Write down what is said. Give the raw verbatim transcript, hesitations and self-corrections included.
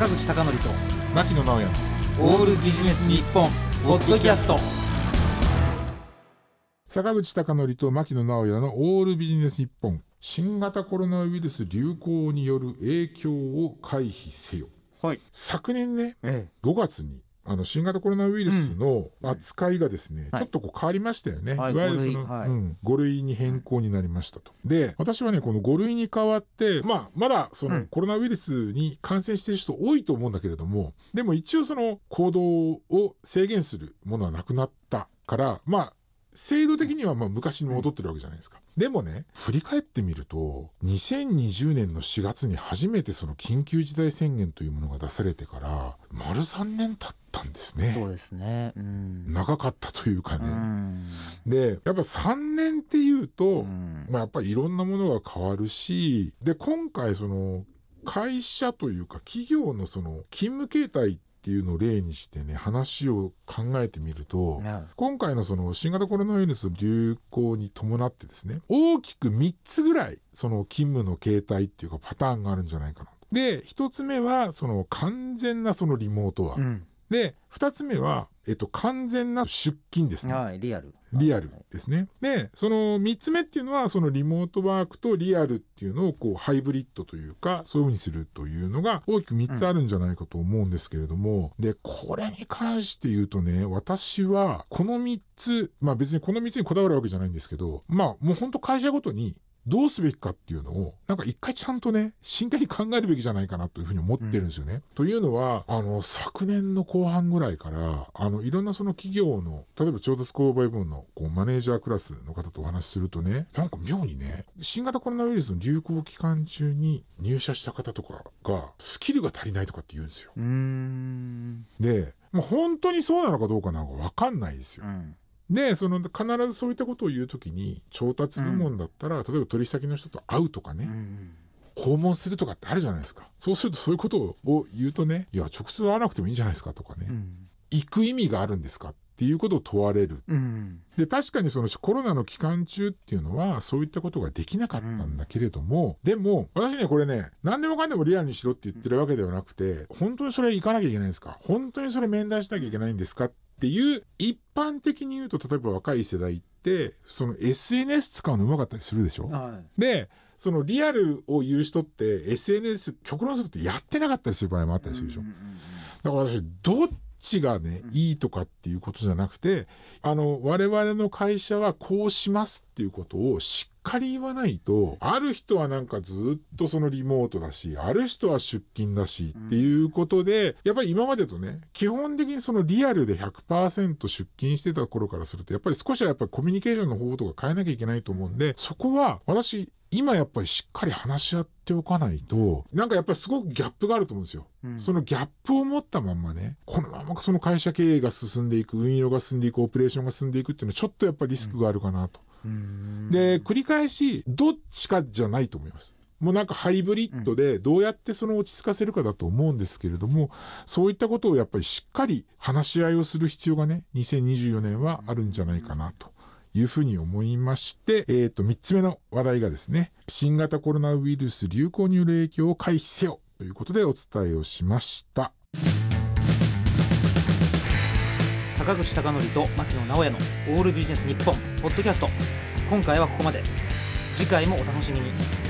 口貴教と牧野直哉オールビジネス日本ポッドキャスト。 坂口貴教と牧野直哉のオールビジネス日本。新型コロナウイルス流行による影響を回避せよ、 はい、 昨年ね、 ええ、 ごがつにあの新型コロナウイルスの扱いがですね、うん、ちょっとこう変わりましたよね、はい、いわゆるその、はい、うん、ご類に変更になりましたと。で、私はねこのご類に変わって、まあ、まだそのコロナウイルスに感染している人多いと思うんだけれども、でも一応その行動を制限するものはなくなったから、まあ制度的にはまあ昔に戻ってるわけじゃないですか。でもね、振り返ってみるとにせんにじゅうねんのしがつに初めてその緊急事態宣言というものが出されてから丸さんねん経ったんですね。 そうですね、うん、 長かったというかね、うん、でやっぱさんねんっていうと、うん、まあ、やっぱりいろんなものが変わるし、で今回その会社というか企業のその勤務形態っていうのを例にしてね話を考えてみると、うん、今回のその新型コロナウイルス流行に伴ってですね、大きくみっつぐらいその勤務の形態っていうかパターンがあるんじゃないかなと。でひとつめはその完全なそのリモートワーク、うん、でふたつめは、えっと、完全な出勤ですね、 はい、リアルリアルですね。でそのみっつめっていうのはそのリモートワークとリアルっていうのをこうハイブリッドというかそういう風にするというのが大きくみっつあるんじゃないかと思うんですけれども、うん、でこれに関して言うとね、私はこのみっつ、まあ別にこのみっつにこだわるわけじゃないんですけど、まあもう本当会社ごとにどうすべきかっていうのをなんか一回ちゃんとね真剣に考えるべきじゃないかなというふうに思ってるんですよね、うん、というのはあの昨年の後半ぐらいからあのいろんなその企業の例えば調達購買部門のこうマネージャークラスの方とお話しするとね、なんか妙にね新型コロナウイルスの流行期間中に入社した方とかがスキルが足りないとかって言うんですよ。 うーんでもう本当にそうなのかどうかなんか分かんないですよ、うん。でその必ずそういったことを言うときに調達部門だったら、うん、例えば取引先の人と会うとかね、うん、訪問するとかってあるじゃないですか。そうするとそういうことを言うとね、いや直接会わなくてもいいんじゃないですかとかね、うん、行く意味があるんですかっていうことを問われる、うん、で確かにそのコロナの期間中っていうのはそういったことができなかったんだけれども、うん、でも私ねこれね何でもかんでもリアルにしろって言ってるわけではなくて、本当にそれ行かなきゃいけないんですか、本当にそれ面談しなきゃいけないんですかっていう一般的に言うと、例えば若い世代ってその エスエヌエス 使うのうまかったりするでしょ、はい、でそのリアルを言う人って エスエヌエス 極論するとやってなかったりする場合もあったりするでしょ、うんうんうん、だから私どっちがねいいとかっていうことじゃなくて、あの我々の会社はこうしますっていうことをしっかり言わないと、ある人はなんかずっとそのリモートだし、ある人は出勤だしっていうことで、やっぱり今までとね基本的にそのリアルで ひゃくパーセント 出勤してた頃からするとやっぱり少しはやっぱりコミュニケーションの方法とか変えなきゃいけないと思うんで、そこは私今やっぱりしっかり話し合っておかないと、なんかやっぱりすごくギャップがあると思うんですよ、うん、そのギャップを持ったまんまねこのままその会社経営が進んでいく、運用が進んでいく、オペレーションが進んでいくっていうのはちょっとやっぱりリスクがあるかなと、うん、で繰り返しどっちかじゃないと思います。もうなんかハイブリッドでどうやってその落ち着かせるかだと思うんですけれども、そういったことをやっぱりしっかり話し合いをする必要がねにせんにじゅうよねんはあるんじゃないかなというふうに思いまして、えーと、みっつめの話題がですね、新型コロナウイルス流行による影響を回避せよということでお伝えをしました。 坂口貴教と牧野直哉のオールビジネス日本ポッドキャスト、今回はここまで。次回もお楽しみに。